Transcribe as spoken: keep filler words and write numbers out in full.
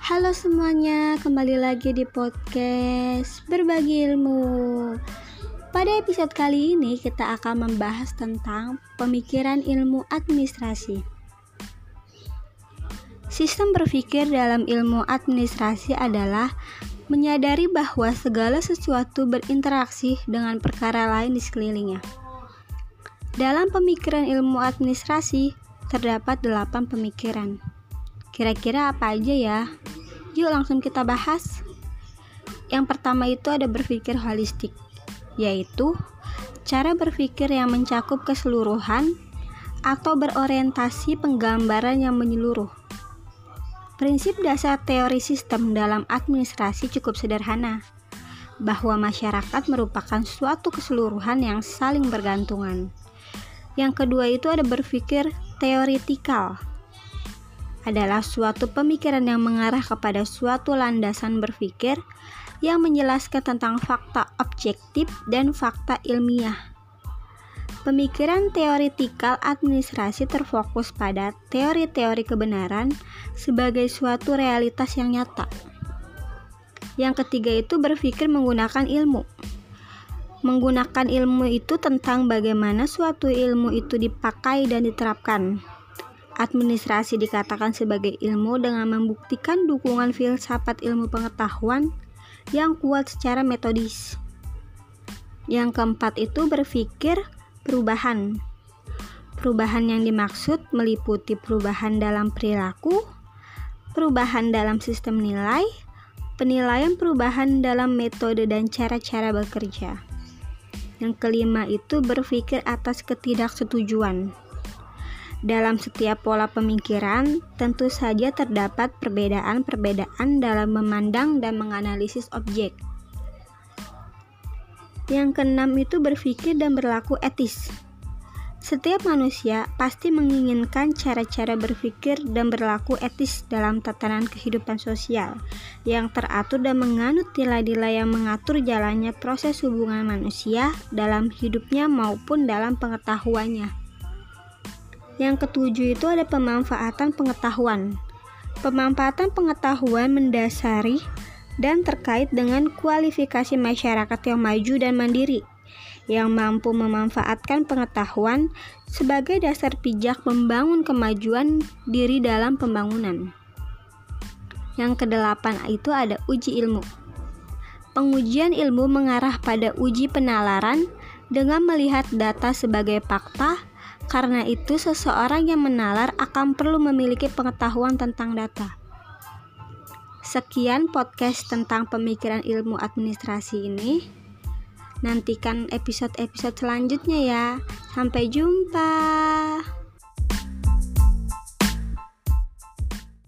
Halo semuanya, kembali lagi di podcast Berbagi Ilmu. Pada episode kali ini kita akan membahas tentang pemikiran ilmu administrasi. Sistem berpikir dalam ilmu administrasi adalah menyadari bahwa segala sesuatu berinteraksi dengan perkara lain di sekelilingnya. Dalam pemikiran ilmu administrasi terdapat delapan pemikiran. Kira-kira apa aja ya? Yuk langsung kita bahas. Yang pertama itu ada berpikir holistik, yaitu cara berpikir yang mencakup keseluruhan atau berorientasi penggambaran yang menyeluruh. Prinsip dasar teori sistem dalam administrasi cukup sederhana, bahwa masyarakat merupakan suatu keseluruhan yang saling bergantungan. Yang kedua itu ada berpikir teoretikal, adalah suatu pemikiran yang mengarah kepada suatu landasan berpikir yang menjelaskan tentang fakta objektif dan fakta ilmiah. Pemikiran teoretikal administrasi terfokus pada teori-teori kebenaran sebagai suatu realitas yang nyata. Yang ketiga itu berpikir menggunakan ilmu. Menggunakan ilmu itu tentang bagaimana suatu ilmu itu dipakai dan diterapkan. Administrasi dikatakan sebagai ilmu dengan membuktikan dukungan filsafat ilmu pengetahuan yang kuat secara metodis. Yang keempat itu berpikir perubahan. Perubahan yang dimaksud meliputi perubahan dalam perilaku, perubahan dalam sistem nilai, penilaian perubahan dalam metode dan cara-cara bekerja. Yang kelima itu berpikir atas ketidaksetujuan. Dalam setiap pola pemikiran, tentu saja terdapat perbedaan-perbedaan dalam memandang dan menganalisis objek. Yang keenam itu berpikir dan berlaku etis. Setiap manusia pasti menginginkan cara-cara berpikir dan berlaku etis dalam tatanan kehidupan sosial yang teratur dan menganut nilai-nilai yang mengatur jalannya proses hubungan manusia dalam hidupnya maupun dalam pengetahuannya. Yang ketujuh itu ada pemanfaatan pengetahuan. Pemanfaatan pengetahuan mendasari dan terkait dengan kualifikasi masyarakat yang maju dan mandiri, yang mampu memanfaatkan pengetahuan sebagai dasar pijak membangun kemajuan diri dalam pembangunan. Yang kedelapan itu ada uji ilmu. Pengujian ilmu mengarah pada uji penalaran dengan melihat data sebagai fakta. Karena itu, seseorang yang menalar akan perlu memiliki pengetahuan tentang data. Sekian podcast tentang pemikiran ilmu administrasi ini. Nantikan episode-episode selanjutnya ya. Sampai jumpa.